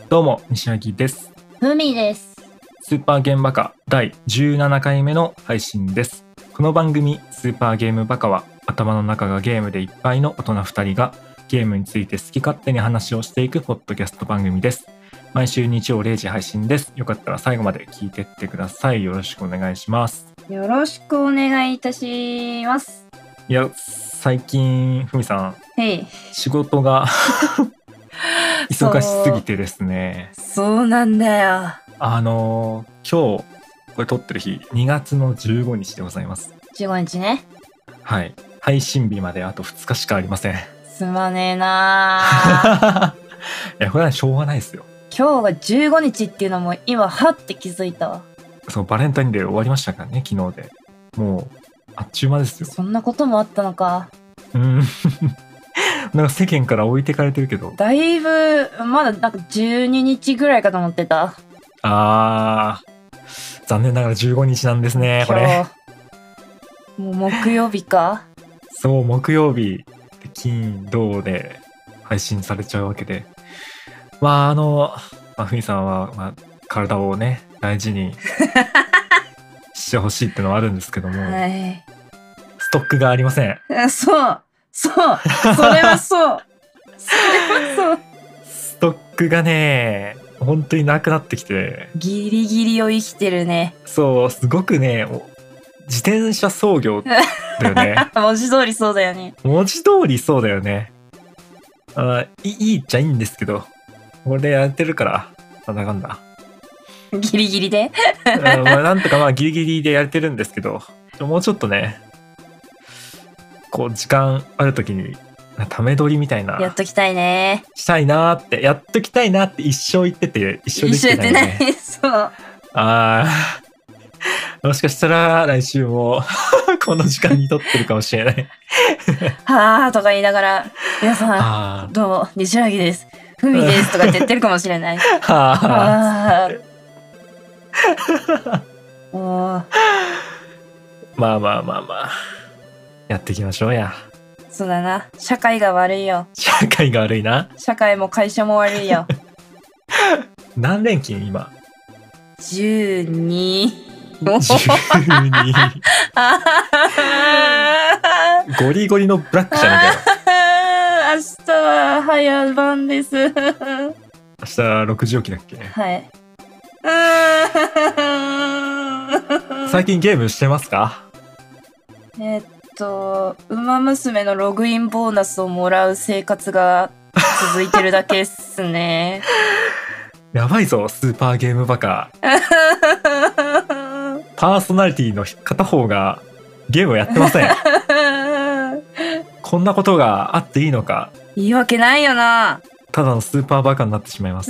どうも西脇です。 ふみです。 スーパーゲームバカ第17回目の配信です。この番組スーパーゲームバカは頭の中がゲームでいっぱいの大人2人がゲームについて好き勝手に話をしていくポッドキャスト番組です。毎週日曜0時配信です。よかったら最後まで聞いてってください。よろしくお願いします。 よろしくお願いいたします。 いや、最近ふみさん、仕事が忙しすぎてですね。 そうなんだよ。 今日これ撮ってる日2月の15日でございます。 15日ね。 はい。配信日まであと2日しかありません。 すまねえないや、これはしょうがないですよ。 今日が15日っていうのも今はって気づいたわ。 そう、バレンタインデー終わりましたからね、昨日で。もうあっちゅう間ですよ。 そんなこともあったのか。 なんか世間から置いてかれてるけど。 だいぶまだなんか12日ぐらいかと思ってた。 残念ながら15日なんですね、これ。 もう木曜日か。 そう、木曜日で金土で配信されちゃうわけで、ふみさんは、体をね大事にしてほしいってのはあるんですけども、 はい、 ストックがありません。 それはそうストックがね本当になくなってきて、 ギリギリを生きてるね。 そう、すごくね自転車操業だよね。 文字通りそうだよね。 文字通りそうだよね。いいっちゃいいんですけど、俺やってるからなんだかんだギリギリでなんとかギリギリでやれてるんですけど、もうちょっとねこう時間ある時にため撮りみたいなやっときたいね。 したいなーって、やっときたいなって一生言ってて一生できてないね。 そう。 もしかしたら来週もこの時間に撮ってるかもしれない。 はあとか言いながら、皆さんどうも西脇です、ふみですとかって言ってるかもしれない。 まあやっていきましょうや。 そうだな、社会が悪いよ。 社会が悪いな。 社会も会社も悪いよ。 何連勤今 12。 ゴリゴリのブラックじゃねえかよ。 明日は早番です。明日 6時起きだっけ。 はい。 最近ゲームしてますか？ ウマ娘のログインボーナスをもらう生活が続いてるだけっすね。 やばいぞ、スーパーゲームバカ。パーソナリティの片方がゲームをやってません。こんなことがあっていいのか。 いいわけないよな。 ただのスーパーバカになってしまいます。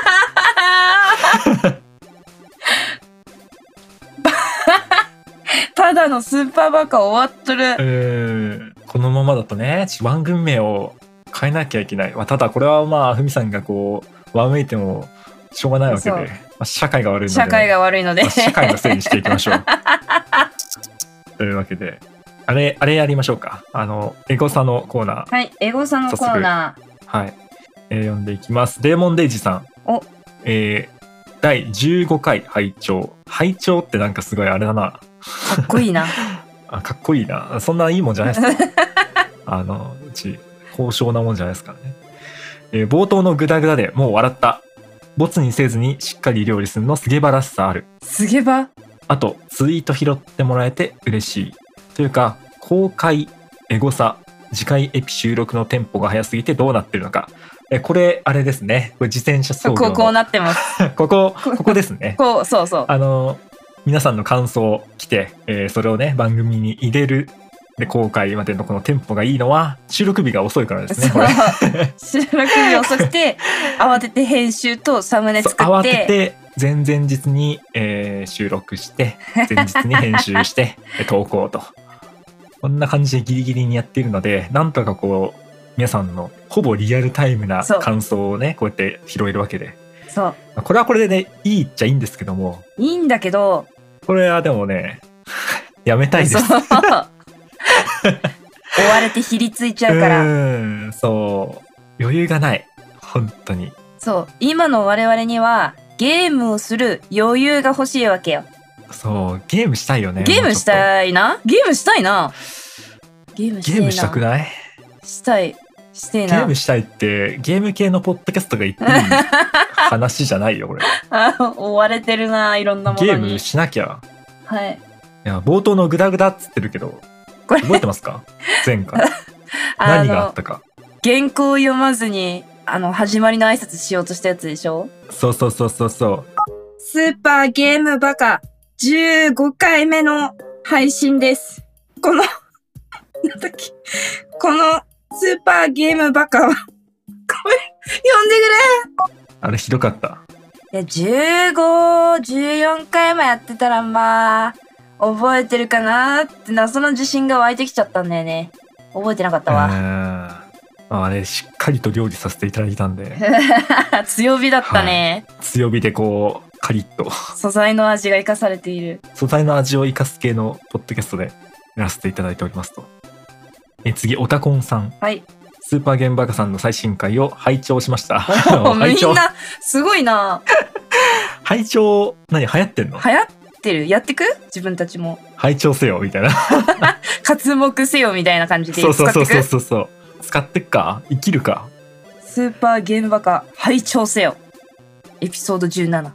ただのスーパーバカ終わっとる。 このままだとね番組名を変えなきゃいけない。ただこれはふみさんがこうわめいてもしょうがないわけで、社会が悪いので、 社会が悪いので、 社会のせいにしていきましょう。というわけであれやりましょうか。エゴサのコーナー。 はい、エゴサのコーナー。はい、読んでいきます。デーモンデイジさん。第15回拝聴。拝聴ってなんかすごいあれだな。 かっこいいな。 かっこいいな。そんないいもんじゃないですか。うち高尚なもんじゃないですからね。冒頭のグダグダでもう笑った。ボツにせずにしっかり料理するのすげばらしさある。 すげば。あとツイート拾ってもらえて嬉しい。というか公開エゴサ次回エピ収録のテンポが早すぎてどうなってるのか。これあれですね。これ自転車操業のこうなってます。 ここですね。 そう皆さんの感想来て、それをね番組に入れるで公開までのこのテンポがいいのは収録日が遅いからですね。これ収録日遅くて慌てて編集とサムネ作って慌てて前々日に、収録して前日に編集して投稿とこんな感じでギリギリにやっているので、なんとかこう皆さんのほぼリアルタイムな感想をねこうやって拾えるわけで、 そうこれはこれでねいいっちゃいいんですけども、 いいんだけどこれはでもねやめたいです。 追われてひりついちゃうから。 そう余裕がない本当に。 そう、今の我々にはゲームをする余裕が欲しいわけよ。 そう、ゲームしたいよね。 ゲームしたいな。ゲームしたいな。ゲームしたいな。 ゲームしたくない？ したい。してえな。 ゲームしたいってゲーム系のポッドキャストが言っていい話じゃないよこれ。 追われてるな、いろんなものに。 ゲームしなきゃ。 はい。 いや冒頭のグダグダっつってるけど、これ覚えてますか？前回何があったか。 原稿を読まずに始まりの挨拶しようとしたやつでしょ。 そうそうそうそうそう。 スーパーゲームバカ15回目の配信です。このなんだっけ、このスーパーゲームバカはごめん、呼んでくれ。 あれひどかった。 いや、15、14回もやってたらまあ覚えてるかなって謎の自信が湧いてきちゃったんだよね。覚えてなかったわ。 あれしっかりと料理させていただいたんで強火だったね、 はい、強火でこうカリッと素材の味が生かされている。 素材の味を生かす系のポッドキャストでやらせていただいておりますと。次オタコンさん。 はい。 スーパーゲームバカさんの最新回を拝聴しました。 みんなすごいな。 拝聴流行ってんの？ 流行ってる。やってく？自分たちも拝聴せよみたいな活目せよみたいな感じで使ってく。 そう使ってっか、生きるか。 スーパーゲームバカ拝聴せよエピソード17。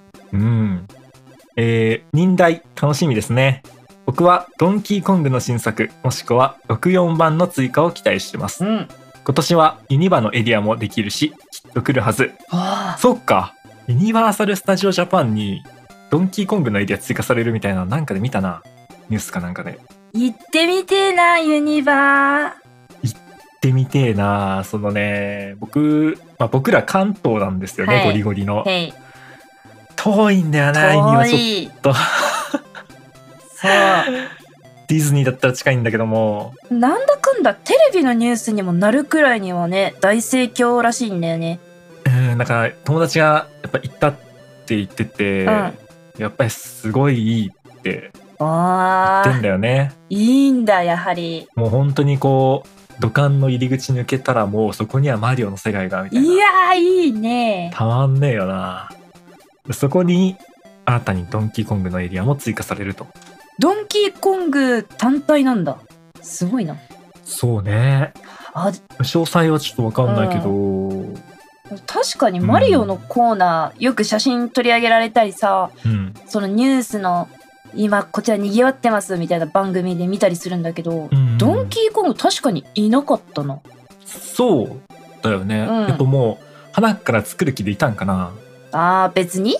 忍耐楽しみですね。僕はドンキーコングの新作もしくは64番の追加を期待してます、今年はユニバのエリアもできるしきっと来るはず。そっか、ユニバーサル・スタジオ・ジャパンにドンキーコングのエリア追加されるみたいな、なんかで見たな、ニュースかなんかで。 行ってみてえな、ユニバー。 行ってみてえな。そのね、僕ら関東なんですよね、ゴリゴリの。遠いんだよな、ユニバちょっとそうディズニーだったら近いんだけども、 なんだかんだテレビのニュースにもなるくらいにはね、大盛況らしいんだよね。 だから友達がやっぱ行ったって言ってて、やっぱりすごいいいって言ってんだよね。 いいんだ、やはり。 もう本当にこう土管の入り口抜けたらもうそこにはマリオの世界がみたいな。 いやー、いいね。 たまんねえよな。そこに新たにドンキーコングのエリアも追加されると。 ドンキーコング単体なんだ。すごいな。 そうね。詳細はちょっと分かんないけど、 確かにマリオのコーナー、よく写真取り上げられたりさ、そのニュースの今こちらにぎわってますみたいな番組で見たりするんだけど、ドンキーコング確かにいなかったな。 そうだよね、やっぱもう花から作る気でいたんかな。 別に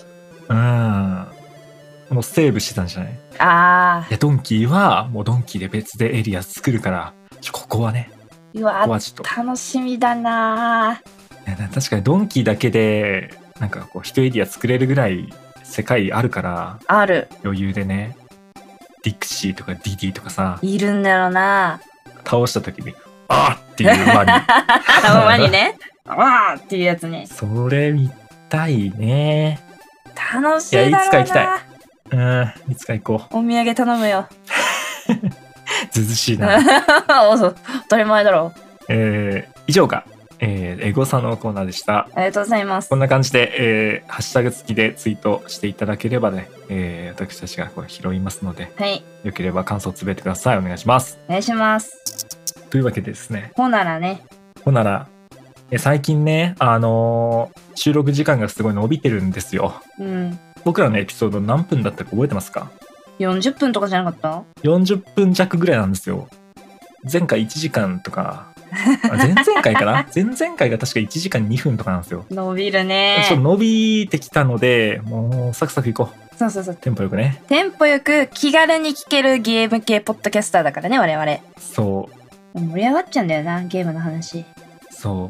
もうセーブしてたんじゃない？いやドンキーはもうドンキーで別でエリア作るから、ここはね、 うわ、ここはちょっと楽しみだな。 確かにドンキーだけでなんかこう一エリア作れるぐらい世界あるから。ある。余裕でね。ディクシーとかディディとかさ、 いるんだろうな。倒した時にあーっていうワニワニね、あーっていうやつね。 それ見たいね。 楽しいだろうな。いや、いつか行きたい。 いつか行こう。お土産頼むよ。 ずずしいな。 当たり前だろ。 以上がエゴサのコーナーでした。 ありがとうございます。 こんな感じで、ハッシュタグ付きでツイートしていただければね、私たちがこう拾いますので、よければ感想をつぶやいてください。お願いします。 お願いします。 というわけでですね。 ほなら最近ね、収録時間がすごい伸びてるんですよ。僕らのエピソード何分だったか覚えてますか ？40分とかじゃなかった？ 40 分弱ぐらいなんですよ。前回1時間とか前々回かな前々回が確か1時間2分とかなんですよ。 伸びるね。 伸びてきたので、もうサクサクいこう。 そうテンポよくね。 テンポよく気軽に聴けるゲーム系ポッドキャスターだからね、我々。 そう盛り上がっちゃうんだよな、ゲームの話。 そう、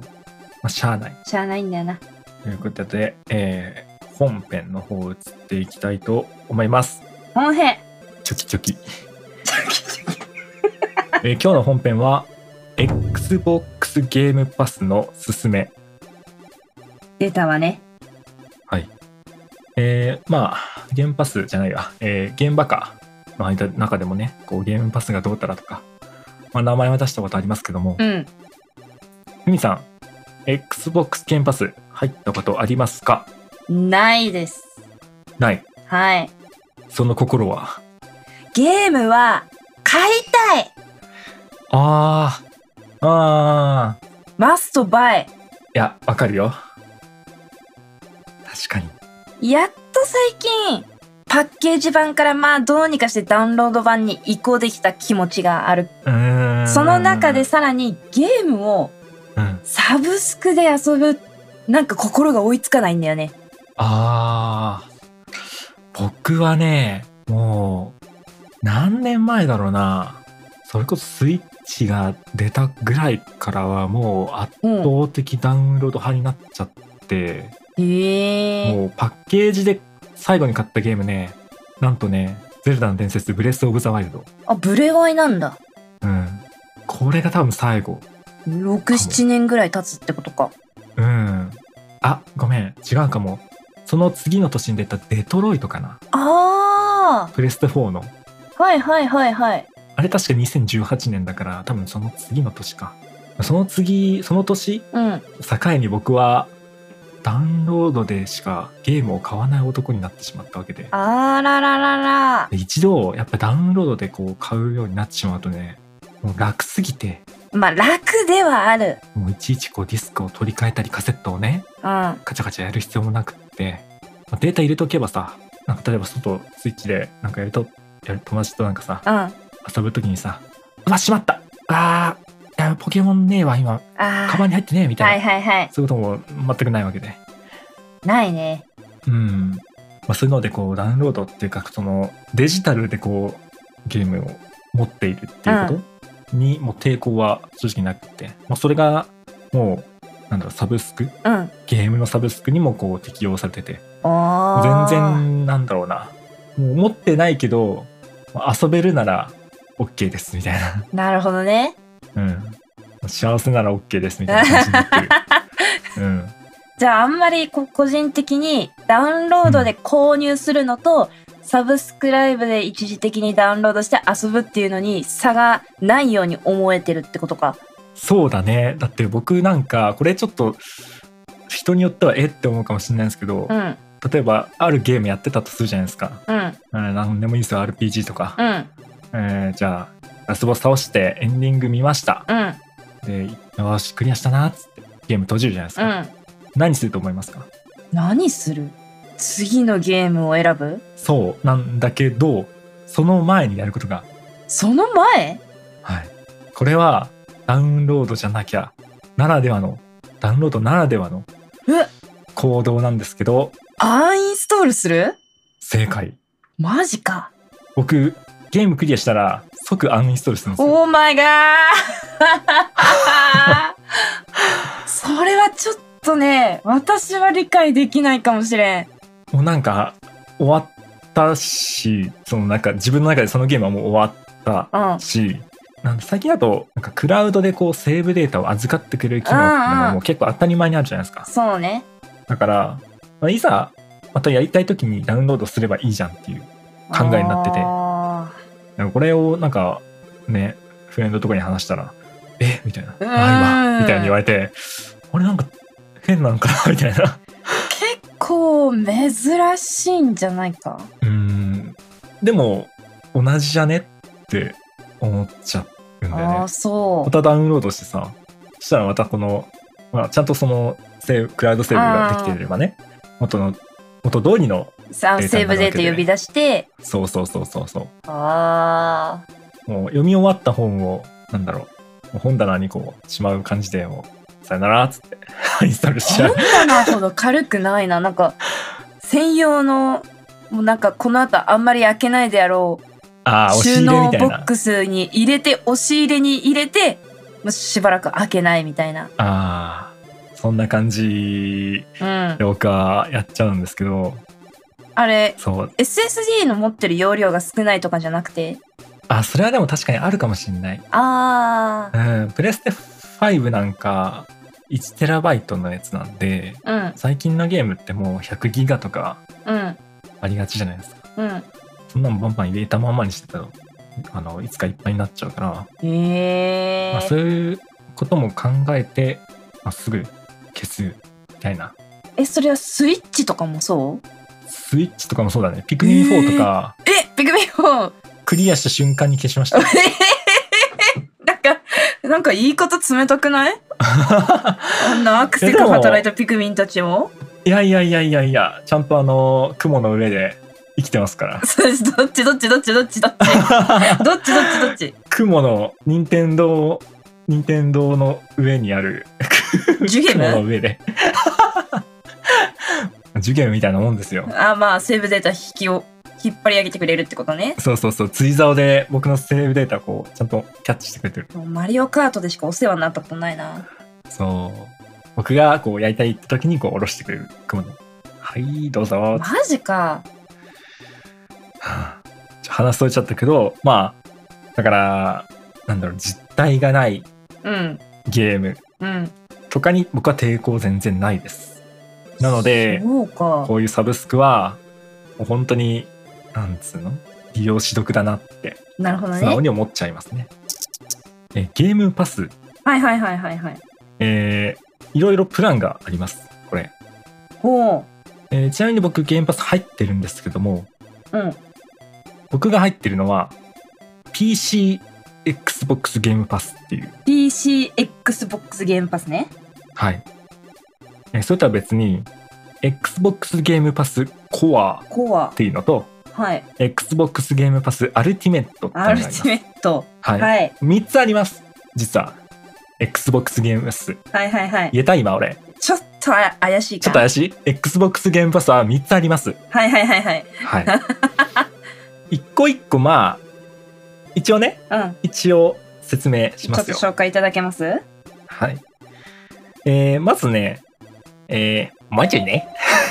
しゃあないんだよな。 ということで、本編の方移っていきたいと思います。 本編チョキチョキ今日の本編は Xbox ゲームパスのすすめ。 出たわね。 はい。ゲームパスじゃないわ、ゲームバカの中でもね、こうゲームパスがどうたらとか、名前は出したことありますけども、ふみさん Xbox ゲームパス入ったことありますか？ ないです。 ない。 はい。 その心は？ ゲームは買いたい。マストバイ。 いや、わかるよ。確かに。 やっと最近、パッケージ版からまあどうにかしてダウンロード版に移行できた気持ちがある。その中でさらにゲームをサブスクで遊ぶ、なんか心が追いつかないんだよね。 僕はね、もう何年前だろうな。それこそスイッチが出たぐらいからはもう圧倒的ダウンロード派になっちゃって、もうパッケージで最後に買ったゲームね、なんとね、ゼルダの伝説ブレスオブザワイルド。 ブレワイなんだ。 これが多分最後。 6、7年ぐらい経つってことか。 ごめん、違うかも。その次の年に出たデトロイトかな。プレステ4の。 はいはいはいはい。 あれ確か2018年だから多分その次の年か。その年、境に僕はダウンロードでしかゲームを買わない男になってしまったわけで。一度やっぱダウンロードでこう買うようになってしまうとね、もう楽すぎて。 まあ楽ではある。 もういちいちこうディスクを取り替えたりカセットをね、カチャカチャやる必要もなくって、データ入れとけばさ、なんか例えば外スイッチでなんか友達となんかさ、遊ぶときにさ、しまった、ポケモンねえわ今、カバンに入ってねえみたいな、そういうことも全くないわけで。 ないね。 そういうのでこうダウンロードっていうか、そのデジタルでこうゲームを持っているっていうことにもう抵抗は正直なくて、それがもうサブスク、ゲームのサブスクにもこう適用されてて、全然もう持ってないけど遊べるなら OK ですみたいな。 なるほどね。 幸せなら OK ですみたいな感じになってる。 じゃああんまり個人的にダウンロードで購入するのと、サブスクライブで一時的にダウンロードして遊ぶっていうのに差がないように思えてるってことか。そうだね。だって僕なんかこれちょっと人によってはって思うかもしれないんですけど、例えばあるゲームやってたとするじゃないですか。何でもいいですよ、 RPG とか。じゃあラスボス倒してエンディング見ました。でよしクリアしたなっつってゲーム閉じるじゃないですか。何すると思いますか？何する？次のゲームを選ぶ？そうなんだけど、その前にやることが。その前？はい。これはダウンロードじゃなきゃダウンロードならではの行動なんですけど。アンインストールする？正解。マジか。僕ゲームクリアしたら即アンインストールするんですよ。オーマイガーそれはちょっとね、私は理解できないかもしれん。もうなんか終わったし、自分の中でそのゲームはもう終わったし、最近だとなんかクラウドでこうセーブデータを預かってくれる機能っていうのがもう結構当たり前にあるじゃないですか。そうね。だからいざまたやりたい時にダウンロードすればいいじゃんっていう考えになってて、これをなんかね、フレンドとかに話したらみたいな、今みたいに言われて、俺なんか変なのかなみたいな。結構珍しいんじゃないか。でも同じじゃねって思っちゃうんだよね。そうまたダウンロードしてさ、そしたらまたこの、ちゃんとそのクラウドセーブができていればね、元通りのセーブデータ呼び出して、そうもう読み終わった本を本棚にこうしまう感じで、もうさよならっつってインストールしちゃう。本棚ほど軽くないな。なんか専用の、もうなんかこの後あんまり開けないであろう収納ボックスに入れて、押し入れに入れてしばらく開けないみたいな。そんな感じで僕はやっちゃうんですけど、あれ SSD の持ってる容量が少ないとかじゃなくて、それはでも確かにあるかもしれない。プレステ5なんか 1TB のやつなんで、最近のゲームってもう100ギガとかありがちじゃないですか。そんなのバンバン入れたままにしてたらいつかいっぱいになっちゃうから、そういうことも考えて、すぐ消すみたいな。 それはスイッチとかもそう？ スイッチとかもそうだね。ピクミン4とか、 ピクミン4 クリアした瞬間に消しました。 なんか言い方冷たくない？あんなアクセク働いたピクミンたちも。 いや、ちゃんと雲の上で生きてますから。 どっち雲の任天堂の上にあるジュゲ雲のム？ 上でジュゲムみたいなもんですよ。 まあセーブデータ引っ張り上げてくれるってことね。 そう釣り竿で僕のセーブデータをちゃんとキャッチしてくれてる。 マリオカートでしかお世話になったことないな。 僕がやりたいって時に下ろしてくれる雲の。はいどうぞ。 マジか。 話それちゃったけど、まあだから実体がないゲームとかに僕は抵抗全然ないです。なのでこういうサブスクはもう本当に利用し得だなって素直に思っちゃいますね。ゲームパス、いろいろプランがありますこれ。ちなみに僕ゲームパス入ってるんですけども、僕が入ってるのは PC Xbox ゲームパスっていう。 PC Xbox ゲームパスね。 はい。それとは別に Xbox ゲームパスコアっていうのと、Xbox ゲームパスアルティメットっていうのがあります。3つあります実は。 Xbox ゲームパス、言えた今俺。 ちょっと怪しいか。 ちょっと怪しい。 Xbox ゲームパスは3つあります。一個一個一応ね、一応説明しますよ。 ちょっと紹介いただけます？ はい。まずね、マジね。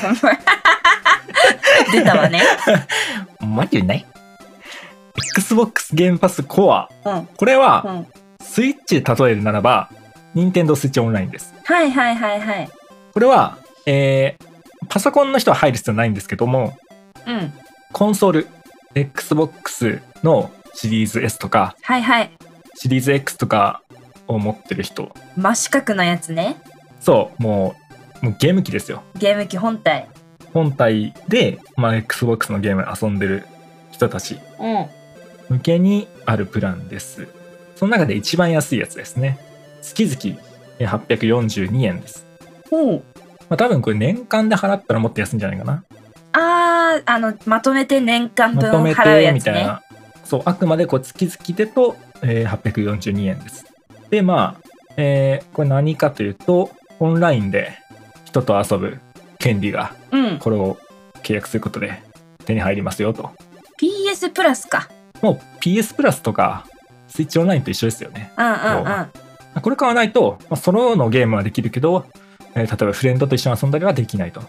出たわね。 マジね。Xbox ゲームパスコア。これは、スイッチで例えるならば、任天堂スイッチオンラインです。これは、パソコンの人は入る必要ないんですけども、コンソール、Xbox のシリーズ S とか、シリーズ X とかを持ってる人。 真四角なやつね。 もうゲーム機ですよ。 ゲーム機本体で、Xbox のゲーム遊んでる人たち向けにあるプランです。その中で一番安いやつですね。月々842円です。多分これ年間で払ったらもっと安いんじゃないかな。 まとめて年間分払うやつね。みたいな。 あくまで月々でと、842円です。でこれ何かというと、オンラインで人と遊ぶ権利が、これを契約することで手に入りますよと。 PS プラスか。 もう PS プラスとかスイッチオンラインと一緒ですよね。これ買わないと、ソロのゲームはできるけど、例えばフレンドと一緒に遊んだりはできないと。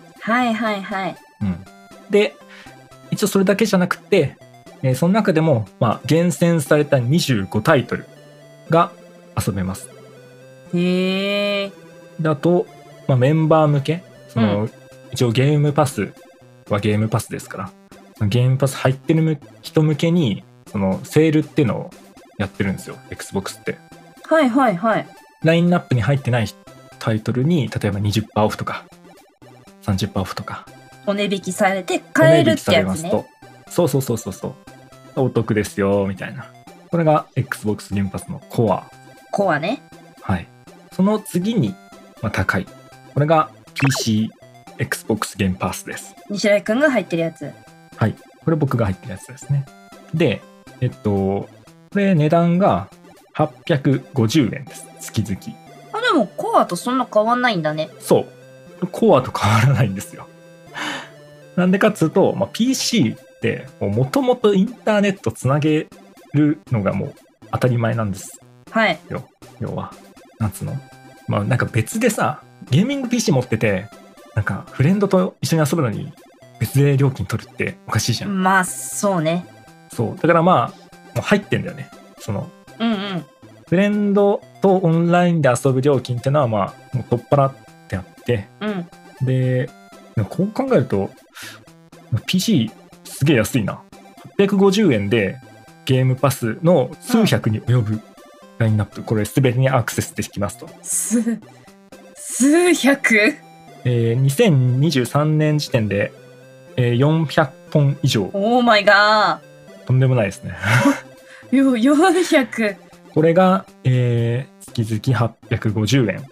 で一応それだけじゃなくて、その中でも、厳選された25タイトルが遊べます。あと、メンバー向け、一応ゲームパスはゲームパスですから、ゲームパス入ってる人向けにセールっていうのをやってるんですよ Xbox って。ラインナップに入ってないタイトルに例えば 20% オフとか 30% オフとかお値引きされて買えるってやつね。 そうお得ですよみたいな。これが Xbox ゲームパスのコアね。 その次に、高い、これが PC Xbox ゲームパスです。 西来くんが入ってるやつ。 これ僕が入ってるやつですね。でこれ値段が850円です。月々。 でもコアとそんな変わんないんだね。 コアと変わらないんですよ。なんでかっつうと、PC ってもともとインターネットつなげるのがもう当たり前なんです。要はなんか別でさ、ゲーミング PC 持っててなんかフレンドと一緒に遊ぶのに別で料金取るっておかしいじゃん。 そうね。 だからもう入ってんだよね。フレンドとオンラインで遊ぶ料金ってのはもう取っ払ってあって、でこう考えると PC すげえ安いな。850円でゲームパスの数百に及ぶラインナップ、これ全てにアクセスできますと。 す数百。 2023年時点で、400本以上。 オーマイガとんでもないですね。 ー。400。 これが、月々850円。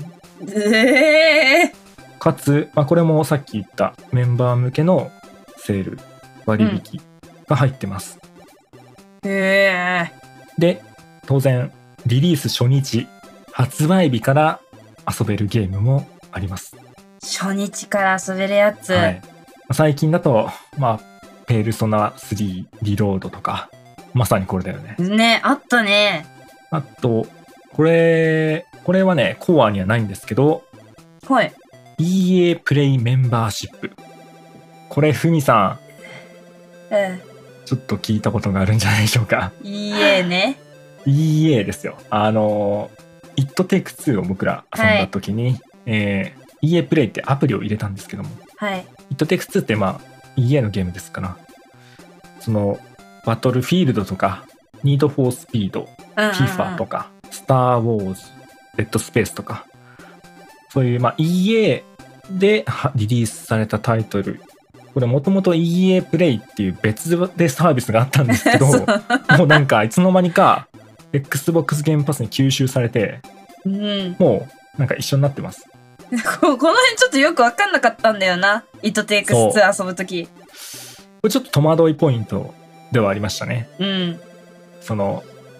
かつ、まあ、これもさっき言ったメンバー向けのセール割引が入ってます。で、当然リリース初日発売日から遊べるゲームもあります。 初日から遊べるやつ、 はい、最近だと、まあ、ペルソナ3リロードとかまさにこれだよね。 ね、あったね。 あとこれはねコアにはないんですけど、 はい、 EA プレイメンバーシップ。これふみさん、ちょっと聞いたことがあるんじゃないでしょうか。 EA ね。 EA ですよ。It Takes Two を僕ら遊んだ時に、EA プレイってアプリを入れたんですけども、 はい、 It Takes Two ってまあ EA のゲームですから、そのバトルフィールドとかニードフォースピード、FIFA とかスター・ウォーズ、デッドスペースとか、そういう、まあ、EA でリリースされたタイトル。これもともと EA プレイっていう別でサービスがあったんですけどもうなんかいつの間にか Xbox ゲームパスに吸収されて、もうなんか一緒になってます。 この辺ちょっとよく分かんなかったんだよな。It Takes Two 遊ぶとき。これちょっと戸惑いポイントではありましたね。その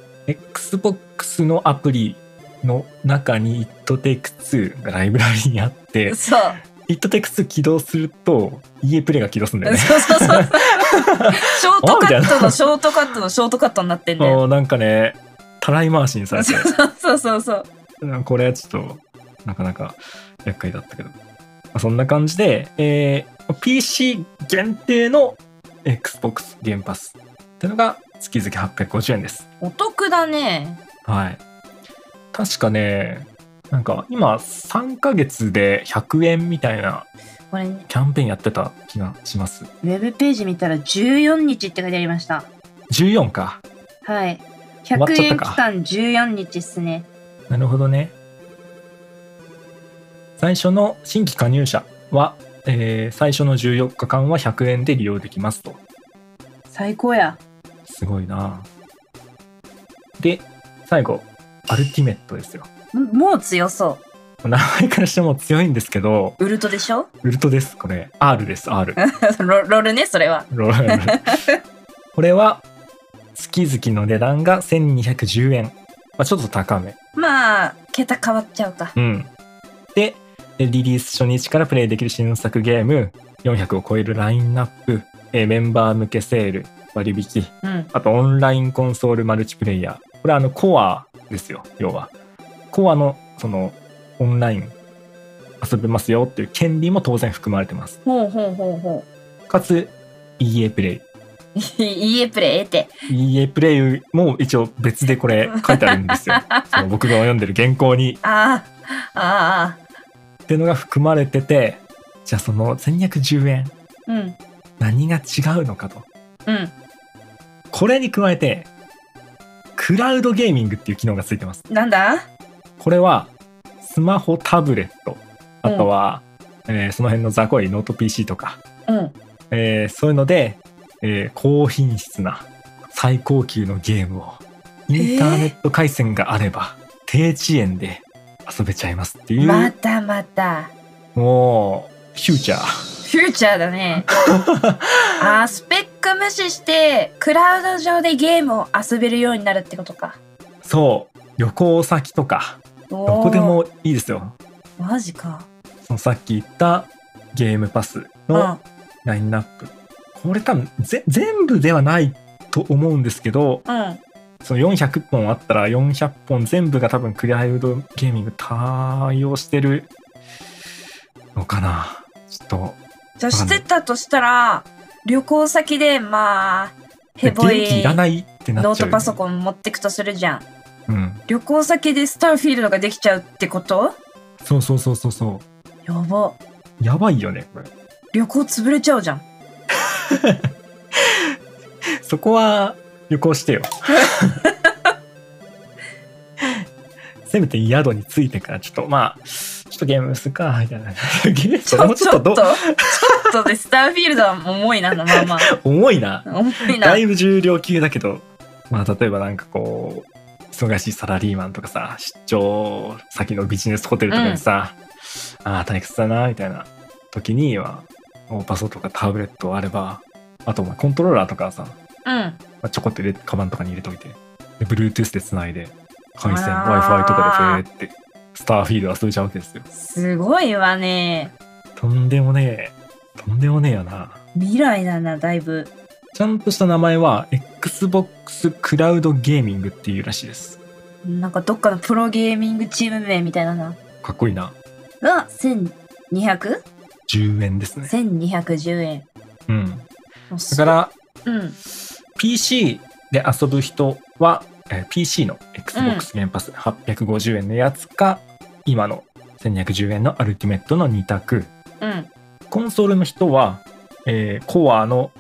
Xbox のアプリの中に It Takes Two がライブラリにあって、 そう。 It Takes Two起動すると EA プレイが起動するんだよね。 そうショートカットのショートカットのショートカットになってんだよ。 なんかね、たらい回しにされて。 そう。 これはちょっとなかなか厄介だったけど、そんな感じで、PC 限定の Xbox ゲームパスっていうのが月々850円です。 お得だね。 はい。確かね、なんか今3ヶ月で100円みたいなキャンペーンやってた気がします。 ウェブページ見たら14日って書いてありました。 14か。 はい。100円期間14日っすね。 なるほどね。最初の新規加入者は、最初の14日間は100円で利用できますと。 最高や。 すごいな。で、最後アルティメットですよ。 もう強そう。 名前からしても強いんですけど。 ウルトでしょ？ ウルトです。これ R です。R ロールね、それは。 ロールこれは月々の値段が1210円、まあ、ちょっと高め。 まあ桁変わっちゃうか。 でリリース初日からプレイできる新作ゲーム400を超えるラインナップ、メンバー向けセール割引、あとオンラインコンソールマルチプレイヤー。これコアですよ。要はコアのそのオンライン遊べますよっていう権利も当然含まれてます。かつ EA プレイ EA プレイって EA プレイも一応別でこれ書いてあるんですよ。その僕が読んでる原稿にっていうのが含まれてて、じゃあその1210円、何が違うのかと、これに加えてクラウドゲーミングっていう機能がついてます。 なんだ？ これはスマホ、タブレット、あとは、その辺の雑魚いノート PC とか、そういうので、高品質な最高級のゲームをインターネット回線があれば低遅延で遊べちゃいますっていう。 またもうフューチャーだね。スペック無視してクラウド上でゲームを遊べるようになるってことか。 そう、旅行先とかどこでもいいですよ。 マジか。 そのさっき言ったゲームパスのラインナップ、これ多分全部ではないと思うんですけど、その400本あったら400本全部が多分クラウドゲーミング対応してるのかな。ちょっとじゃあしてたとしたら旅行先でヘボい電気いらないってなっちゃう、 ノートパソコン持ってくとするじゃん。旅行先でスターフィールドができちゃうってこと？ そう。やばいよねこれ。 旅行潰れちゃうじゃん。 そこは旅行してよ。せめて宿に着いてからちょっちょっとゲームするかみたいな。それもちょっとちょっとで、スターフィールドは重いな、まあまあ。 重いな。 重いな。 だいぶ重量級だけど、まあ例えばなんかこう、忙しいサラリーマンとかさ、出張先のビジネスホテルとかでさ、ああ、退屈だな、みたいな時には、パソとかタブレットあれば、あとコントローラーとかさ、まあ、ちょこってカバンとかに入れといて、で Bluetooth でつないで、回線、Wi-Fi とかでフェーって、スターフィールド遊べちゃうわけですよ。 すごいわね。 とんでもねえよな。 未来だな、だいぶ。 ちゃんとした名前は Xbox クラウドゲーミングっていうらしいです。 なんかどっかのプロゲーミングチーム名みたいなな。 かっこいいな。 が 1200？ 10円ですね。 1210円。 うん。だから、PC で遊ぶ人は、PC の Xbox ゲームパス850円のやつか、今の1210円のアルティメットの2択。コンソールの人は、コアの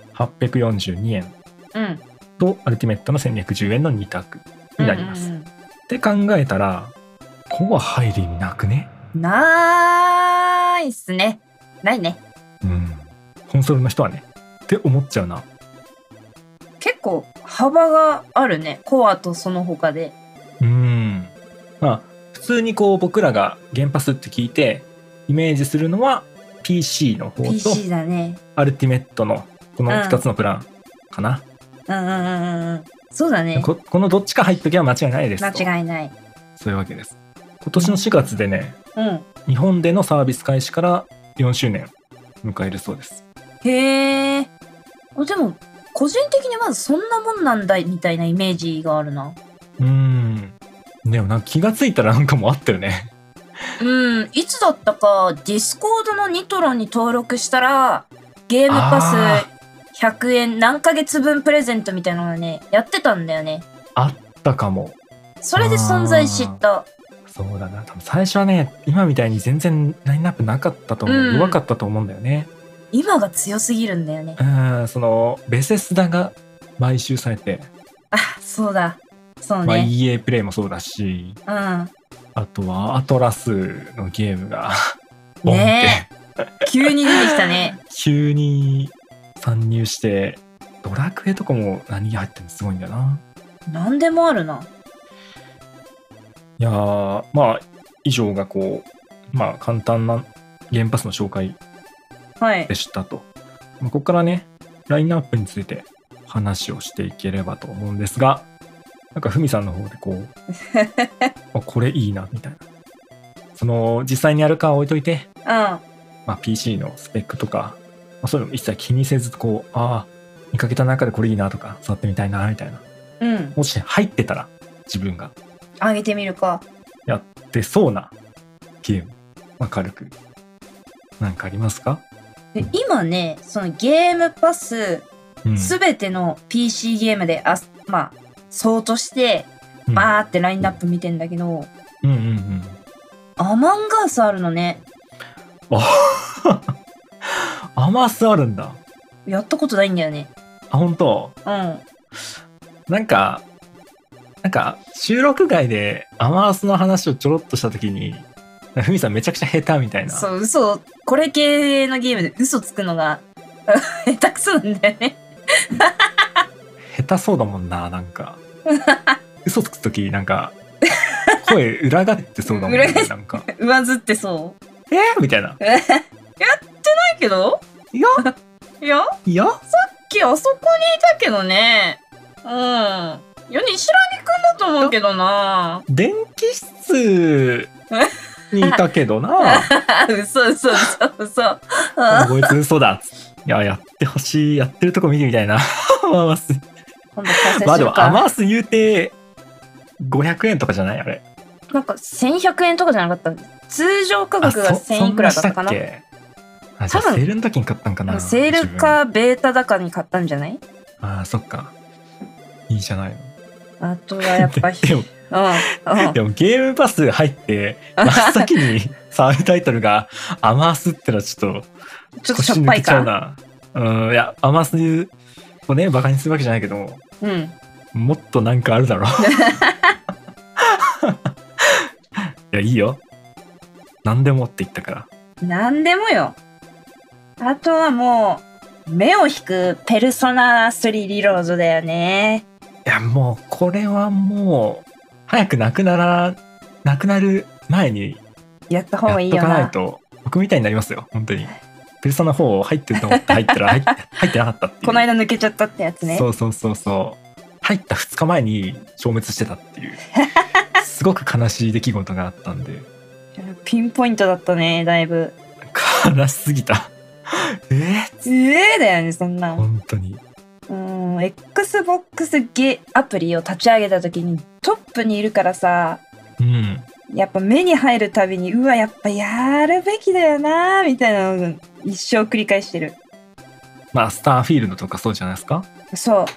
842円とアルティメットの1210円の2択になります。って考えたら、コア入る意味なくね？ ないっすね。ないね。 コンソールの人はね。って思っちゃうな。 結構幅があるね。コアとその他で。 まあ普通にこう僕らがゲームパスって聞いてイメージするのは PC の方と PC だね。 アルティメットのこの2つのプランかな。 そうだね。 このどっちか入っときゃ間違いないですと。 間違いない。 そういうわけです。今年の4月でね、日本でのサービス開始から4周年迎えるそうです。 へえ。でも個人的にまずそんなもんなんだみたいなイメージがあるな。 でもなんか気がついたらなんかもあったよね。 いつだったかディスコードのニトロに登録したらゲームパス100円何ヶ月分プレゼントみたいなのがねやってたんだよね。 あったかも。 それで存在知った。そうだな。多分最初はね今みたいに全然ラインナップなかったと思う。弱かったと思うんだよね。 今が強すぎるんだよね。 そのベセスダが買収されて、 そうだ、そうね。 まあ EA プレイもそうだし、あとはアトラスのゲームがボンって急に出てきたね。 急に参入して、ドラクエとかも何が入ってるのすごいんだよな。 何でもあるな。 いやー、まあ以上がこうまあ簡単なゲームパスの紹介でしたと。ここからねラインナップについて話をしていければと思うんですが、なんかふみさんの方でこうこれいいなみたいな、その実際にやるかは置いといて、まあ、PC のスペックとか、そういうの一切気にせずこう見かけた中でこれいいなとか触ってみたいなみたいな、もし入ってたら自分が上げてみるかやってそうなゲーム、軽くなんかありますか？ 今ね、そのゲームパスすべての PC ゲームでまあそうとしてバーってラインナップ見てんだけど、アマンガースあるのね。 アマースあるんだ。 やったことないんだよね。 本当？なんか収録外でアマースの話をちょろっとした時にふみさんめちゃくちゃ下手みたいな。 そう、これ系のゲームで嘘つくのが下手くそなんだよね。 下手そうだもんな、なんか。嘘つくときなんか声裏返ってそうだもんね。なんか上ずってそう。 みたいな。やってないけど？いやさっきあそこにいたけどね。西良木くんだと思うけどな。 電気室にいたけどな。 嘘。 こいつ嘘だ。いや、やってほしい。やってるとこ見てみたいな。アマース。まあでもアマース言うて500円とかじゃないあれ。 なんか1100円とかじゃなかった。通常価格が1000いくらだったかな。 じゃあセールの時に買ったんかな。 セールかベータだかに買ったんじゃない？ そっか。いいじゃないの。 あとはやっぱりでもゲームパス入って真っ先にサブタイトルがアマースってのはちょっとしょっぱいか。 いやアマースをねバカにするわけじゃないけども、もっとなんかあるだろう。いやいいよ。 何でもって言ったから。 なんでもよ。あとはもう、目を引くペルソナ3リロードだよね。 いや、もう、これはもう、早くなくなる前にやった方やっとかがいいよな。 ないと、僕みたいになりますよ、本当に。ペルソナ4入ってると思って入ったら入ってなかったっていう。 この間抜けちゃったってやつね。 そう。入った2日前に消滅してたっていう。すごく悲しい出来事があったんで。 ピンポイントだったね、だいぶ。 悲しすぎた。 だよね、そんな。 本当に。 Xbox アプリを立ち上げた時にトップにいるからさ、 うん。 やっぱ目に入るたびに、うわ、やっぱやるべきだよなみたいなのを一生繰り返してる。 まあ、スターフィールドとかそうじゃないですか。 そう。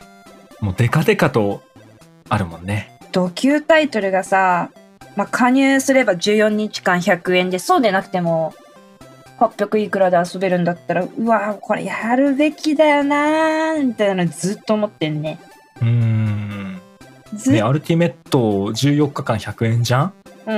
もうデカデカとあるもんね。 ド級タイトルがさ、まあ、加入すれば14日間100円で、そうでなくても800いくらで遊べるんだったら、うわこれやるべきだよなみたいなのずっと思ってんね。 ね、アルティメット14日間100円じゃん。 うん。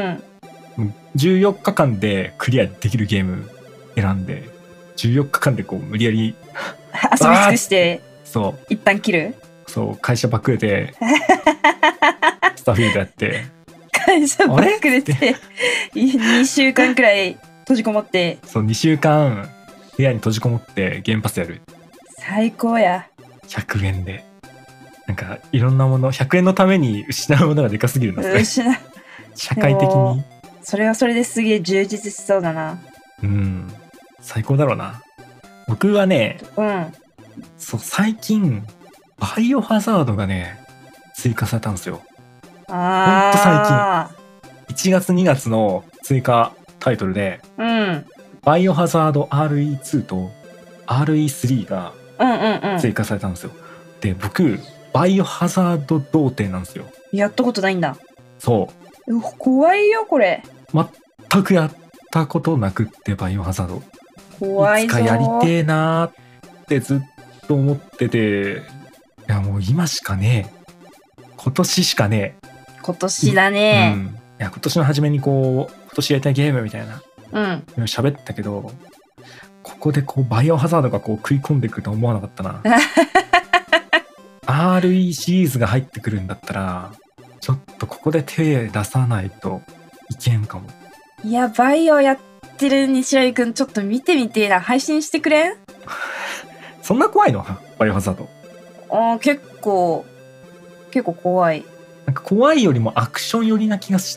14日間でクリアできるゲーム選んで、14日間でこう無理やり遊び尽くして、 そう。 一旦切る。 そう、会社ばっくれて、スターフィールドやって。 会社ばっくれて、2週間くらい閉じこもって。 そう、2週間部屋に閉じこもってゲームパスやる。 最高や。 100円で。なんか、いろんなもの、100円のために失うものがでかすぎるんですね。社会的に。 それはそれですげえ充実しそうだな。 うん。最高だろうな。僕はね、 うん。 そう、最近、バイオハザードがね、追加されたんですよ。ほんと最近。1月2月の追加タイトルで、 うん。 バイオハザード RE2 と RE3 が追加されたんですよ。で、僕、バイオハザード童貞なんですよ。 やったことないんだ。 そう。 怖いよ、これ。 全くやったことなくって、バイオハザード。 怖いぞ。 いつかやりてえなーってずっと思ってて、いやもう今しかねえ。今年しかねえ。 今年だね。 いや今年の初めにこう、今年やりたいゲームみたいな。喋ったけど、ここでこう、バイオハザードがこう食い込んでくると思わなかったな。RE シリーズが入ってくるんだったら、ちょっとここで手出さないといけんかも。 いや、バイオやってる西尾くん、ちょっと見てみてえな。配信してくれん？ そんな怖いの？バイオハザード。 結構怖い。 なんか怖いよりもアクション寄りな気がして。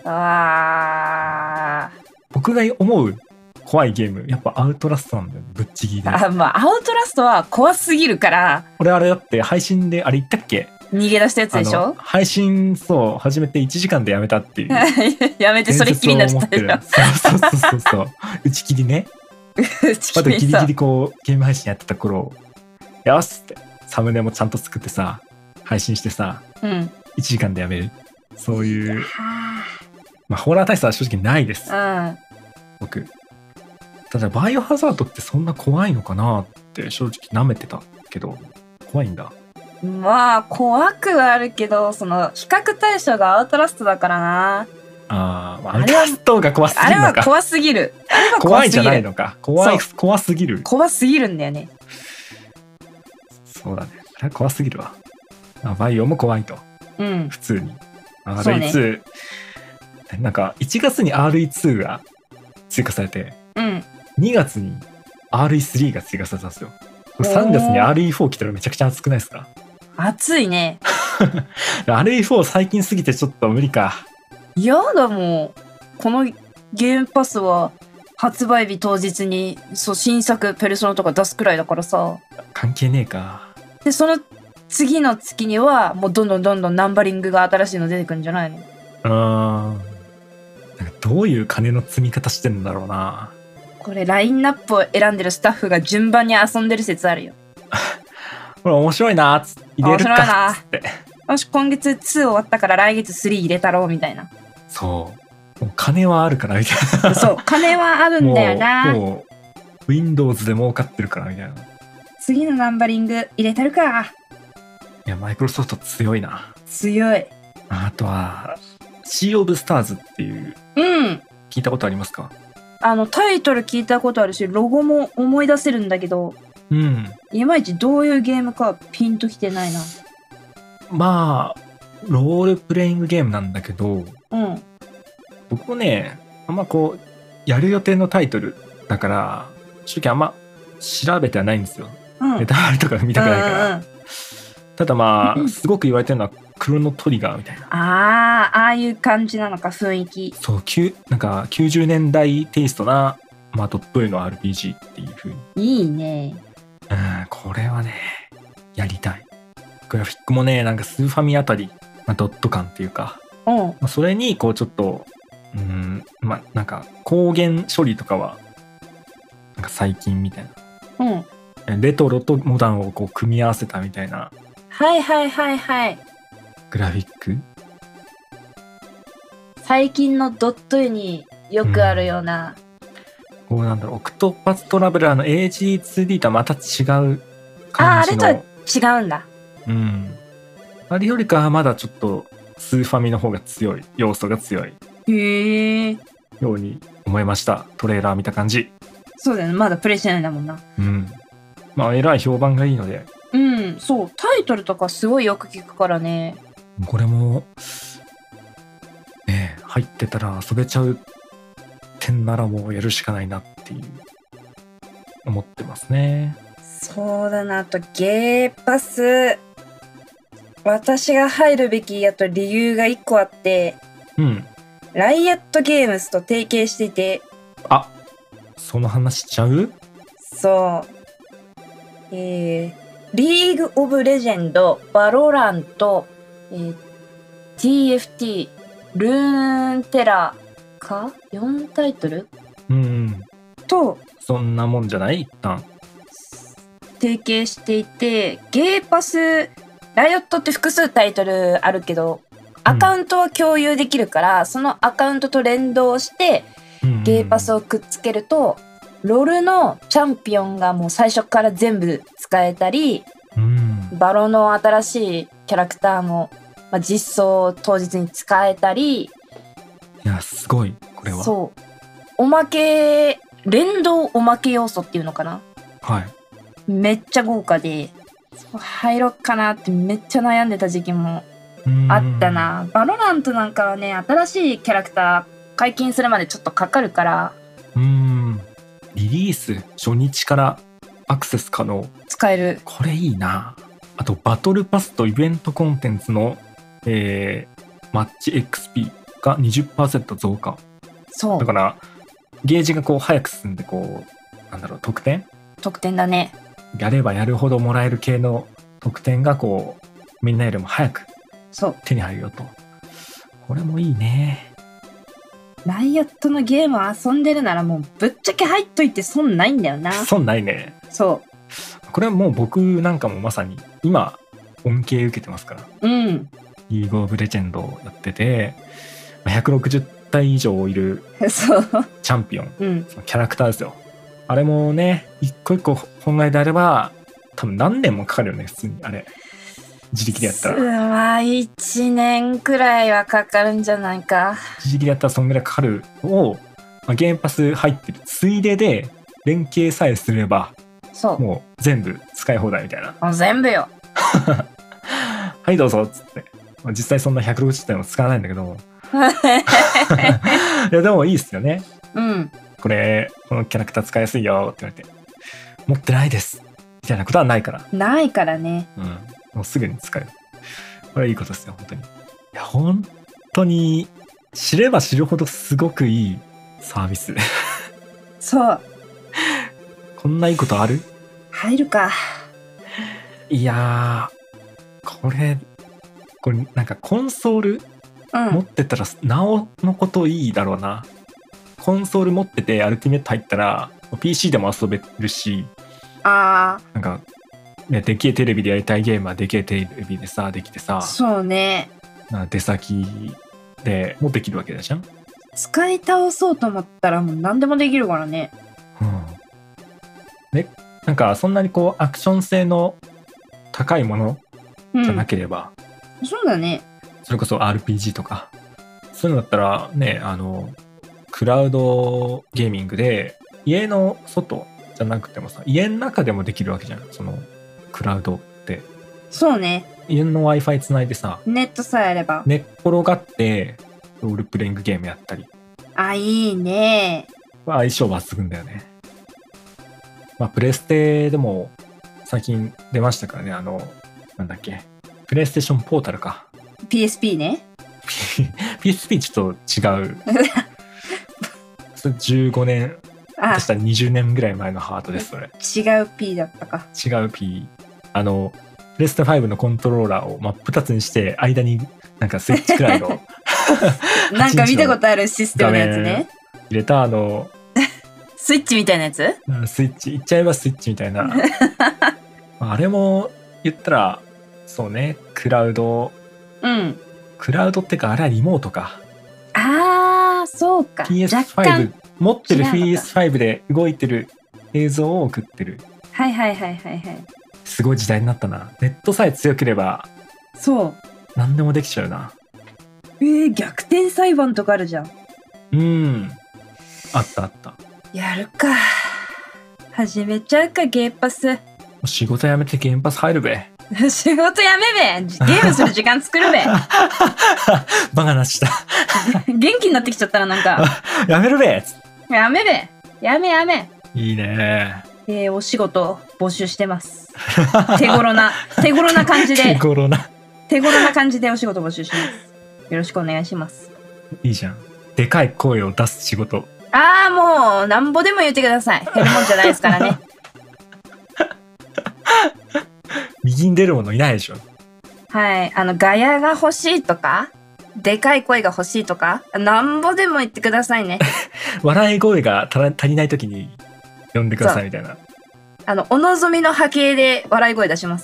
僕が思う怖いゲーム、やっぱアウトラストなんだよね、ぶっちぎりで。 まあ、アウトラストは怖すぎるから。 俺あれだって配信で、あれ言ったっけ？ 逃げ出したやつでしょ？配信、そう、始めて1時間でやめたっていう。 やめてそれっきりになっちゃったでしょ。 そう。打ち切りね。まだギリギリこう、ゲーム配信やってた頃、よしって、サムネもちゃんと作ってさ、配信してさ、1時間でやめる。そういう、まあ、ホラー体質は正直ないです。僕。ただ、バイオハザードってそんな怖いのかなって正直舐めてたけど、怖いんだ。 まあ、怖くはあるけど、その、比較対象がアウトラストだからな。 アウトラストが怖すぎるのか。 あれは怖すぎる。 怖いじゃないのか。怖すぎる。 怖すぎるんだよね。 そうだね。あれは怖すぎるわ。バイオも怖いと。普通に。RE2、なんか1月に RE2 が追加されて、2月に RE3 が追加されたんですよ。3月に RE4 来たらめちゃくちゃ熱くないですか？ 熱いね。 RE4 最近すぎてちょっと無理か。 いやだもう、このゲームパスは発売日当日に新作ペルソナとか出すくらいだからさ。 関係ねえか。 で、その次の月にはもうどんどんナンバリングが新しいの出てくるんじゃないの？ なんかどういう金の積み方してんだろうな。 これラインナップを選んでるスタッフが順番に遊んでる説あるよ。 これ面白いなーっつって入れるかっつって。 よし、今月2終わったから来月3入れたろうみたいな。 そう。もう金はあるからみたいな。 そう、金はあるんだよな。 もう Windows で儲かってるからみたいな。 次のナンバリング入れたるか。 いや、マイクロソフト強いな。 強い。 あとは、Sea of Stars っていう聞いたことありますか？ タイトル聞いたことあるし、ロゴも思い出せるんだけど、 うん。 いまいちどういうゲームかピンときてないな。 まあ、ロールプレイングゲームなんだけど、 うん。 僕もね、あんまこう、やる予定のタイトルだから、正直あんま調べてはないんですよ。 うん。 ネタバレとか見たくないから。 うんうんうん、 ただまあ、すごく言われてるのはクロノトリガーみたいな。 ああいう感じなのか、雰囲気。 そう、なんか90年代テイストな、まあ、ドット絵の RPG っていう風に。 いいね。 これはね、やりたい。グラフィックもね、なんかスーファミあたり、まあ、ドット感っていうか、 うん。 まあ、それにこうちょっと、まあなんか光源処理とかは、なんか最近みたいな。 うん。 レトロとモダンをこう組み合わせたみたいなはいはいはいはい。 グラフィック。 最近のドット絵によくあるような。 こうなんだろう、オクトパストラベラーの AG2D とはまた違う感じの。 あれとは違うんだ。 あれよりかはまだちょっとスーファミの方が強い、要素が強いへえ。 ように思いました。トレーラー見た感じ。 そうだよね。まだプレイしてないんだもんな。 まあ、えらい評判がいいので。 そう。タイトルとかすごいよく聞くからね。 これも、ね、入ってたら遊べちゃう点ならもうやるしかないなっていう思ってますね。 そうだな。あとゲーパス、私が入るべき理由が1個あって、ライアットゲームズと提携していて。 あ、その話しちゃう？ そう。リーグオブレジェンド、バロラント、TFT、ルーンテラか ?4 タイトルと、 そんなもんじゃない？一旦。 提携していて、ゲーパス、ライオットって複数タイトルあるけど、アカウントは共有できるから、そのアカウントと連動して、ゲーパスをくっつけると、ロールのチャンピオンがもう最初から全部使えたり、バロの新しいキャラクターも、実装当日に使えたり。 いや、すごい、これは。 そう。おまけ、連動おまけ要素っていうのかな？ はい。 めっちゃ豪華で、入ろっかなってめっちゃ悩んでた時期もあったな。バロラントなんかはね、新しいキャラクター解禁するまでちょっとかかるから。 リリース初日からアクセス可能。 使える。 これいいな。あとバトルパスとイベントコンテンツの、マッチ XP が 20% 増加。 そう。 だからゲージがこう早く進んで、こうなんだろう、得点だね。 やればやるほどもらえる系の得点がこうみんなよりも早く手に入るよと。これもいいね。 ライアットのゲーム遊んでるならもうぶっちゃけ入っといて損ないんだよな。 損ないね。 そう。 これはもう僕なんかもまさに今恩恵受けてますから。リーグオブレジェンドをやってて、160体以上いるチャンピオン、そのキャラクターですよ。あれもね、一個一個本来であれば多分何年もかかるよね、普通に。あれ自力でやったら 1年くらいはかかるんじゃないか。 自力でやったらそんぐらいかかるを、ゲームパス入ってるついでで連携さえすれば、もう全部使い放題みたいな。 もう全部よはいどうぞっつって。実際そんな160体も使わないんだけどいやでもいいっすよね。このキャラクター使いやすいよって言われて、持ってないですみたいなことはないからね。 もうすぐに使える。これはいいことですよ、本当に。いや本当に知れば知るほどすごくいいサービスそう。 こんないいことある？ 入るか。 いやー、これなんかコンソール持ってたらなおのこといいだろうな。コンソール持っててアルティメット入ったら PC でも遊べるし、なんかね、でけえテレビでやりたいゲームはでけえテレビでさできてさ、 そうね、 出先でもできるわけじゃん。 使い倒そうと思ったらもう何でもできるからね。 でなんかそんなにこうアクション性の高いものじゃなければ、 そうだね。 それこそ RPG とかそういうのだったらね、 クラウドゲーミングで、家の外じゃなくてもさ、家の中でもできるわけじゃん、そのクラウドって。 そうね。 家の Wi-Fi つないでさ、 ネットさえあれば。 寝っ転がってロールプレイングゲームやったり、 あ、いいね。 相性抜群だよね。まあプレステでも最近出ましたからね、なんだっけ、プレイステーションポータルか。 PSP ね。 PSP ちょっと違う。それ15年、 あ、 したら20年ぐらい前のハートです、それ。 違う P だったか。 違う P。プレステ5のコントローラーを真っ二つにして、間になんかスイッチくらいのなんか見たことあるシステムのやつね。 入れたスイッチみたいなやつ？ スイッチ、言っちゃえばスイッチみたいな。あれも言ったら、そうね、クラウド。 うん。 クラウドってか、あれはリモートか。 あー、そうか。 PS5、持ってる違うのか PS5 で動いてる映像を送ってる。 はいはいはいはいはい。 すごい時代になったな。ネットさえ強ければ、 そう。 何でもできちゃうな。 逆転裁判とかあるじゃん。 あったあった。 やるか。始めちゃうか、ゲーパス。 仕事辞めてゲームパス入るべ。 仕事やめべ。ゲームする時間作るべ。 バカなした。 元気になってきちゃったらなんか。 やめるべ。 やめべ。やめやめ。 いいね。 お仕事募集してます。手頃な感じで。手頃な感じでお仕事募集します。よろしくお願いします。 いいじゃん。でかい声を出す仕事。 ああ、もう、なんぼでも言ってください。減るもんじゃないですからね。 右に出るものいないでしょ。 はい。ガヤが欲しいとか、でかい声が欲しいとか、なんぼでも言ってくださいね。 笑い声が足りないときに呼んでくださいみたいな。 お望みの波形で笑い声出します。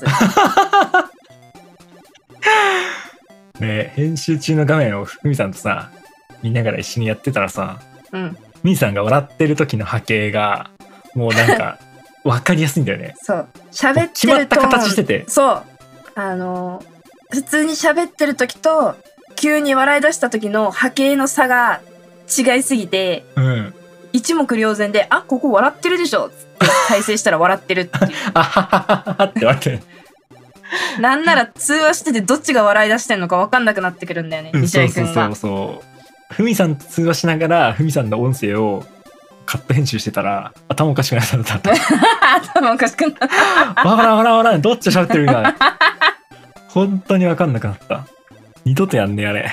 ね、編集中の画面をふみさんとさ、見ながら一緒にやってたらさ、 うん。 みーさんが笑ってる時の波形が、もうなんか、わかりやすいんだよね。 そう。喋ってると。 決まった形してて。 そう。普通に喋ってる時と、急に笑い出した時の波形の差が違いすぎて、 うん。 一目瞭然で、あ、ここ笑ってるでしょって再生したら笑ってるっていう。 あははははって笑ってる。 なんなら通話しててどっちが笑い出してんのか分かんなくなってくるんだよね、西成くんが。 そうふみさんと通話しながらふみさんの音声をカット編集してたら頭おかしくなったんだった。 頭おかしくなった。 わからんどっち喋ってるか本当に分かんなくなった。二度とやんねあれ。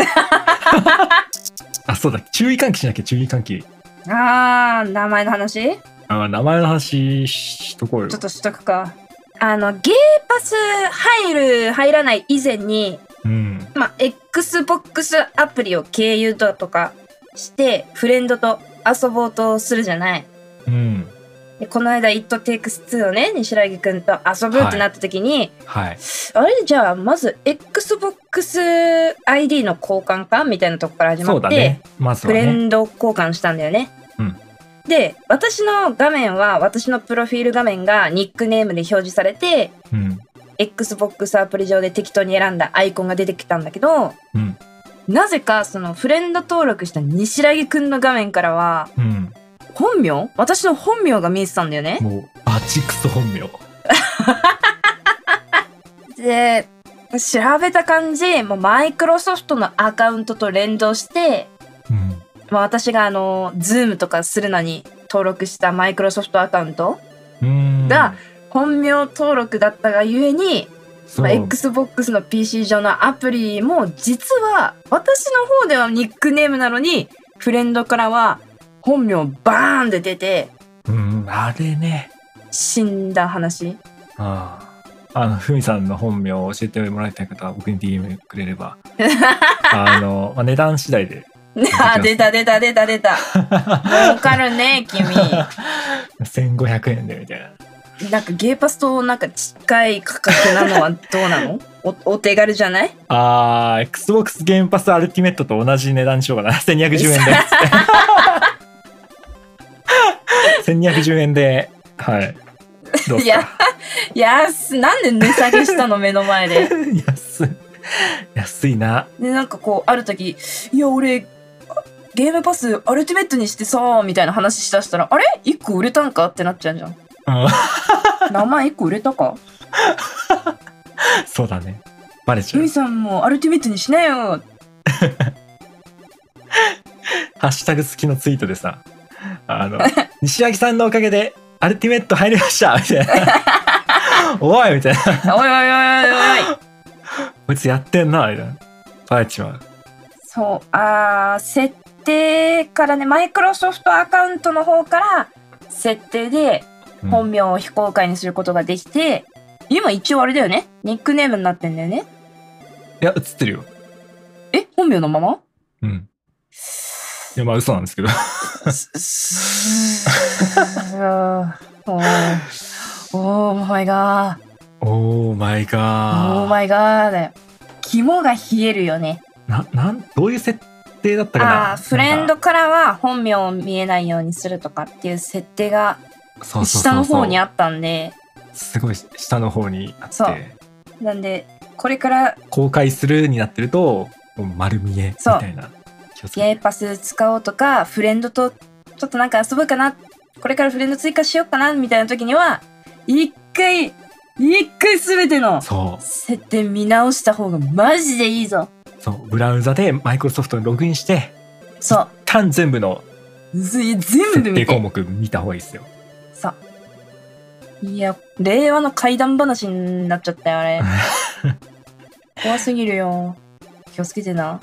あ、そうだ、注意喚起しなきゃ。注意喚起。 名前の話？ 名前の話しとこうよ。 ちょっとしとくか。ゲーパス入らない以前に、Xbox アプリを経由とかしてフレンドと遊ぼうとするじゃない。でこの間 It Takes Two をね、西良くんと遊ぶってなった時に、あれじゃあまず Xbox ID の交換かみたいなとこから始まって、フレンド交換したんだよね。で、私の画面は、私のプロフィール画面がニックネームで表示されて、Xbox アプリ上で適当に選んだアイコンが出てきたんだけど、なぜかそのフレンド登録した西良くんの画面からは、本名？私の本名が見えてたんだよね。 もうバチクソ本名。 で、調べた感じ、マイクロソフトのアカウントと連動して、私がZoom とかするのに登録したマイクロソフトアカウントが本名登録だったがゆえに、Xbox の PC 上のアプリも実は私の方ではニックネームなのにフレンドからは本名バーンで出て、 あれね、 死んだ話。 ふみさんの本名を教えてもらいたい方は僕に DM くれれば値段次第で出た儲かるね君。 1500円でみたいな。 なんかゲーパスとなんか近い価格なのはどうなの？お手軽じゃない？ Xbox ゲームパスアルティメットと同じ値段にしようかな。1210円で1210円で、はい。どうすか？ なんで値下げしたの目の前で。 安いな。 でなんかこうある時、いや俺ゲームパスアルティメットにしてさ、みたいな話しだしたら、あれ ?1 個売れたんかってなっちゃうじゃん。名前1個売れたか。 そうだね。バレちゃう。 ユミさんもアルティメットにしなよ。 ハッシュタグ付きのツイートでさ、西脇さんのおかげでアルティメット入りましたみたいな。おいみたいな。 おいおいおいおいおい。 こいつやってんなみたいな。バレちまう。 そう、設定からね、マイクロソフトアカウントの方から設定で本名を非公開にすることができて、今一応あれだよね。ニックネームになってんだよね。 いや、映ってるよ。 え、本名のまま？ うん。いや、まあ嘘なんですけど。 オーマイガー。 オーマイガー。 オーマイガーだよ。肝が冷えるよね。 どういう設定だったかな。 フレンドからは本名を見えないようにするとかっていう設定が下の方にあったんで、 すごい下の方にあって、 そうなんでこれから公開するになってるともう丸見えみたいな。 ゲーパス使おうとか、フレンドとちょっとなんか遊ぶかな、これからフレンド追加しようかなみたいな時には一回全ての設定見直した方がマジでいいぞ。そう、 ブラウザでマイクロソフトにログインして、 そう、 一旦全部の設定項目見た方がいいですよ。 そう。いや、令和の怪談話になっちゃったよあれ。怖すぎるよ。気をつけてな。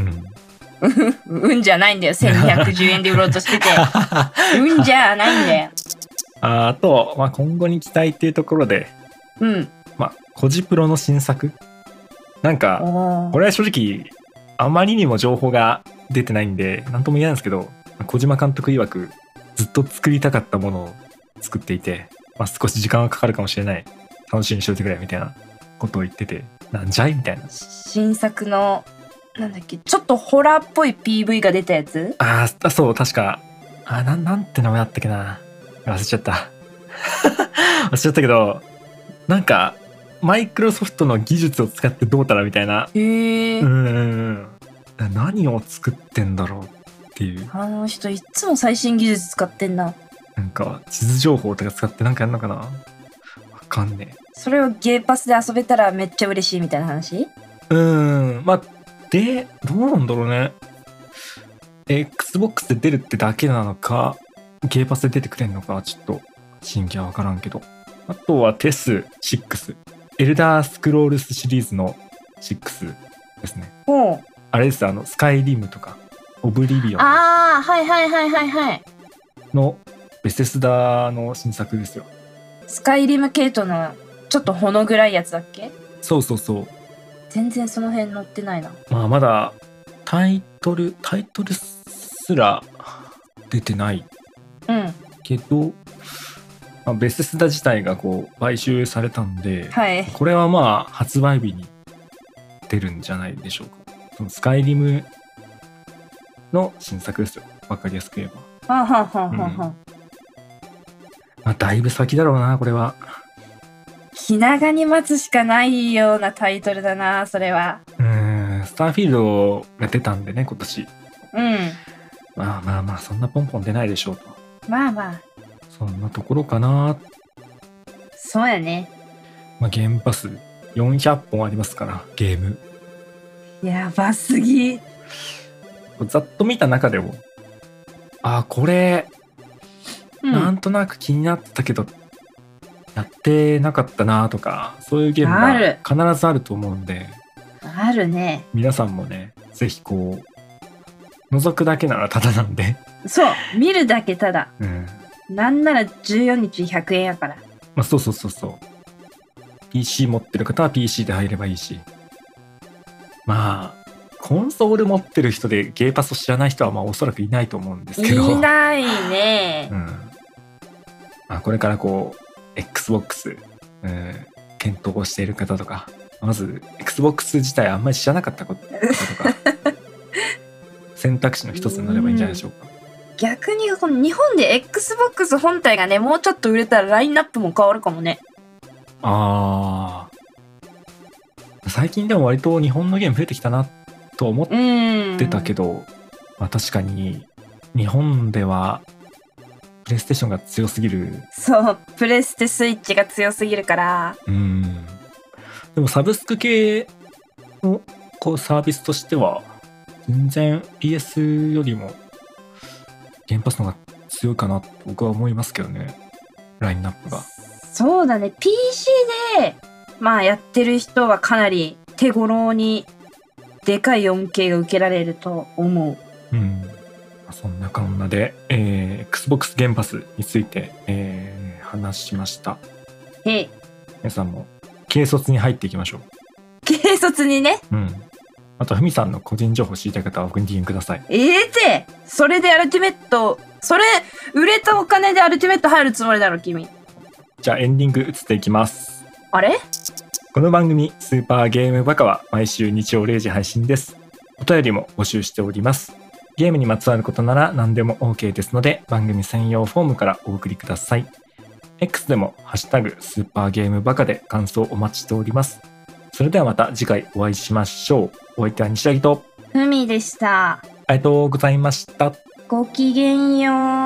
うんじゃないんだよ。1210円で売ろうとしてて。うんじゃないんだよ。 あと、今後に期待っていうところで、コジプロの新作なんか、これは正直あまりにも情報が出てないんで何とも言えないんですけど、小島監督曰くずっと作りたかったものを作っていて、少し時間はかかるかもしれない、楽しみにしといてくれみたいなことを言ってて、なんじゃいみたいな。 新作のなんだっけ、ちょっとホラーっぽい PV が出たやつ。 そう、確かなんて名前だったっけな、忘れちゃった忘れちゃったけど、なんかマイクロソフトの技術を使ってどうたらみたいな。何を作ってんだろうっていう。 あの人いつも最新技術使ってんな。 なんか地図情報とか使ってなんかやんのかな、わかんねえ。 それをゲーパスで遊べたらめっちゃ嬉しいみたいな話。 でどうなんだろうね。Xbox で出るってだけなのか、ゲーパスで出てくれんのかちょっと真偽は分からんけど。あとはテス6、エルダースクロールスシリーズの6ですね。あれです、スカイリムとかオブリビオンのベセスダの新作ですよ。 スカイリム系統のちょっとほの暗いやつだっけ。 そう。 全然その辺載ってないな。 まだタイトルすら出てないけど、ベセスダ自体が買収されたんで、これは発売日に出るんじゃないでしょうか。そのスカイリムの新作ですよ、わかりやすく言えば。だいぶ先だろうな、これは。 気長に待つしかないようなタイトルだな、それは。 スターフィールドが出たんでね、今年。そんなポンポン出ないでしょうと。そんなところかな。 そうやね。 ゲームパス400本ありますから、ゲーム。 やばすぎ。 ざっと見た中でも、これ、なんとなく気になってたけどやってなかったなとか、そういうゲームが必ずあると思うんで。 あるね。 皆さんもね、ぜひ覗くだけならタダなんで。 そう、見るだけタダ。なんなら14日100円やから。 そう。PC 持ってる方は PC で入ればいいし。コンソール持ってる人でゲーパスを知らない人はおそらくいないと思うんですけど。 いないね。 これからXbox、検討をしている方とか、まず Xbox 自体あんまり知らなかったこととか選択肢の一つになればいいんじゃないでしょうか。 逆にこの日本で Xbox 本体がね、もうちょっと売れたらラインナップも変わるかもね。 最近でも割と日本のゲーム増えてきたなと思ってたけど、 まあ、確かに日本ではプレイステーションが強すぎる。 そう、プレステスイッチが強すぎるから。 でもサブスク系のこうサービスとしては全然 PS よりもゲームパスの方が強いかなと僕は思いますけどね、ラインナップが。 そうだね、 PC でまあやってる人はかなり手頃にでかい 4K が受けられると思う。 そんなこんなで、Xbox ゲームパスについて、話しました。皆さんも軽率に入っていきましょう。 軽率にね。 あとふみさんの個人情報知りたい方は僕に DM ください。 それでアルティメット、それ売れたお金でアルティメット入るつもりだろ君。 じゃあエンディング移っていきます。 あれ？ この番組スーパーゲームバカは毎週日曜0時配信です。お便りも募集しております。ゲームにまつわることなら何でも OK ですので、番組専用フォームからお送りください。X でもハッシュタグスーパーゲームバカで感想お待ちしております。それではまた次回お会いしましょう。お相手は西柳とふみでした。 ありがとうございました。 ごきげんよう。